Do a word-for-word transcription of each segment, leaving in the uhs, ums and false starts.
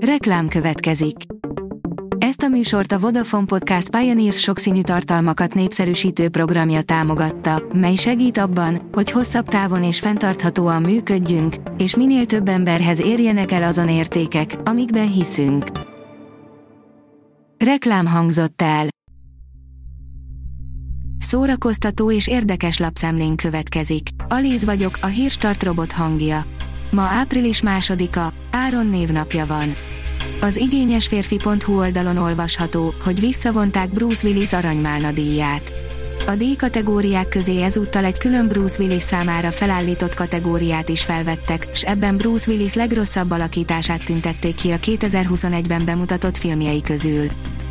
Reklám következik. Ezt a műsort a Vodafone Podcast Pioneers sokszínű tartalmakat népszerűsítő programja támogatta, mely segít abban, hogy hosszabb távon és fenntarthatóan működjünk, és minél több emberhez érjenek el azon értékek, amikben hiszünk. Reklám hangzott el. Szórakoztató és érdekes lapszemlén következik. Alíz vagyok, a Hírstart robot hangja. Ma április másodika, Áron névnapja van. Az igényes férfi pont hu oldalon olvasható, hogy visszavonták Bruce Willis Aranymálna díját. A díj kategóriák közé ezúttal egy külön Bruce Willis számára felállított kategóriát is felvettek, s ebben Bruce Willis legrosszabb alakítását tüntették ki a kétezer-huszonegyben bemutatott filmjei közül.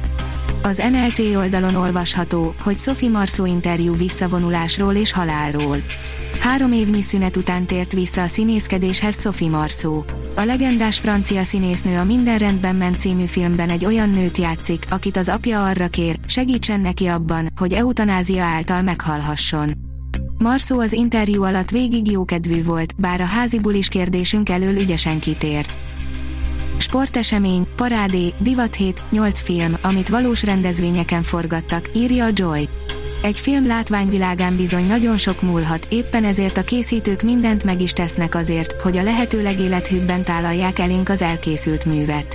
Az en el cé oldalon olvasható, hogy Sophie Marceau interjú visszavonulásról és halálról. Három évnyi szünet után tért vissza a színészkedéshez Sophie Marceau. A legendás francia színésznő a Minden rendben ment című filmben egy olyan nőt játszik, akit az apja arra kér, segítsen neki abban, hogy eutanázia által meghalhasson. Marceau az interjú alatt végig jókedvű volt, bár a házi bulis kérdésünk elől ügyesen kitért. Sportesemény, parádé, divathét, nyolc film, amit valós rendezvényeken forgattak, írja a Joy. Egy film látványvilágán bizony nagyon sok múlhat, éppen ezért a készítők mindent meg is tesznek azért, hogy a lehető legélethűbben tálalják elénk az elkészült művet.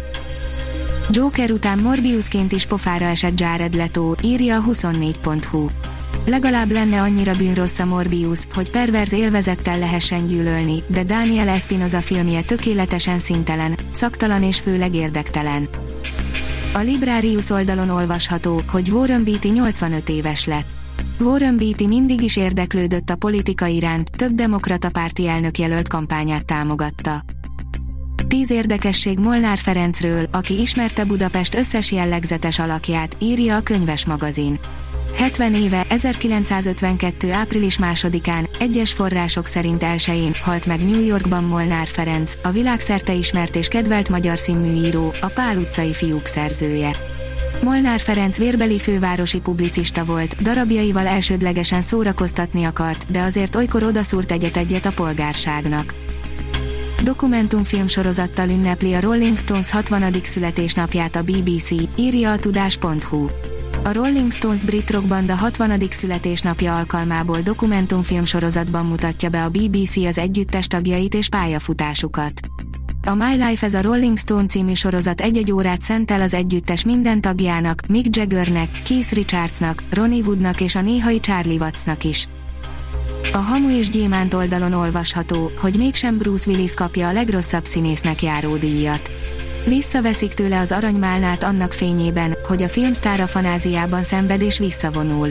Joker után Morbiusként is pofára esett Jared Leto, írja a huszonnégy pont hu. Legalább lenne annyira bűnrossz a Morbius, hogy perverz élvezettel lehessen gyűlölni, de Daniel Espinosa filmje tökéletesen színtelen, szaktalan és főleg érdektelen. A Librarius oldalon olvasható, hogy Warren Beatty nyolcvanöt éves lett. Warren Beatty mindig is érdeklődött a politika iránt, több demokrata párti elnökjelölt kampányát támogatta. Tíz érdekesség Molnár Ferencről, aki ismerte Budapest összes jellegzetes alakját, írja a Könyves magazin. hetven éve, ezerkilencszázötvenkettő április másodikán, egyes források szerint elsején halt meg New Yorkban Molnár Ferenc, a világszerte ismert és kedvelt magyar színműíró, a Pál utcai fiúk szerzője. Molnár Ferenc vérbeli fővárosi publicista volt, darabjaival elsődlegesen szórakoztatni akart, de azért olykor odaszúrt egyet-egyet a polgárságnak. Dokumentumfilm sorozattal ünnepli a Rolling Stones hatvanadik születésnapját a bé bé cé, írja a tudás pont hu. A Rolling Stones brit rockbanda hatvanadik születésnapja alkalmából dokumentumfilm sorozatban mutatja be a bé bé cé az együttes tagjait és pályafutásukat. A My Life as a Rolling Stone című sorozat egy-egy órát szentel az együttes minden tagjának, Mick Jaggernek, Keith Richardsnak, Ronnie Woodnak és a néhai Charlie Wattsnak is. A Hamu és Gyémánt oldalon olvasható, hogy mégsem Bruce Willis kapja a legrosszabb színésznek járó díjat. Visszaveszik tőle az Aranymálnát annak fényében, hogy a filmsztár afanáziában szenved és visszavonul.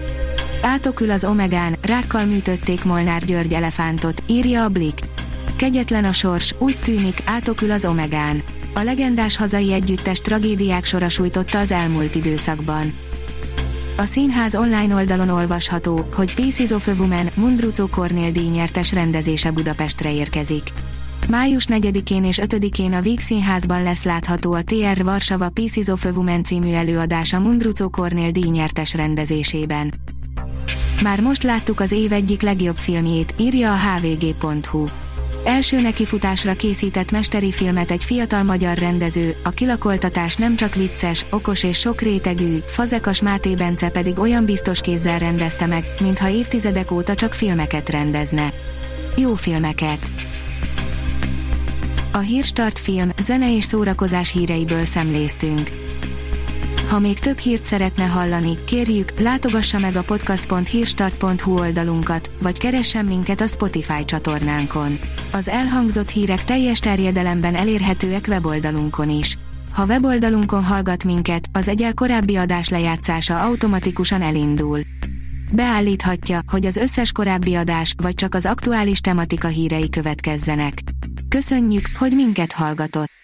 Átokül az Omegán, rákkal műtötték Molnár György elefántot, írja a Blick. Kegyetlen a sors, úgy tűnik, átokül az Omegán. A legendás hazai együttes tragédiák sora sújtotta az elmúlt időszakban. A színház online oldalon olvasható, hogy Pieces of a Woman, Mundruczó Kornél díjnyertes rendezése Budapestre érkezik. május negyedikén és ötödikén a Víg Színházban lesz látható a té er Varsava Pieces of a Woman című előadása Mundruczó Kornél díjnyertes rendezésében. Már most láttuk az év egyik legjobb filmjét, írja a há vé gé pont hu. Első nekifutásra készített mesteri filmet egy fiatal magyar rendező, a kilakoltatás nem csak vicces, okos és sokrétegű, Fazekas Máté Bence pedig olyan biztos kézzel rendezte meg, mintha évtizedek óta csak filmeket rendezne. Jó filmeket! A Hírstart film, zene és szórakozás híreiből szemléztünk. Ha még több hírt szeretne hallani, kérjük, látogassa meg a podcast pont hírstart pont hu oldalunkat, vagy keressen minket a Spotify csatornánkon. Az elhangzott hírek teljes terjedelemben elérhetőek weboldalunkon is. Ha weboldalunkon hallgat minket, az egyel korábbi adás lejátszása automatikusan elindul. Beállíthatja, hogy az összes korábbi adás, vagy csak az aktuális tematika hírei következzenek. Köszönjük, hogy minket hallgatott!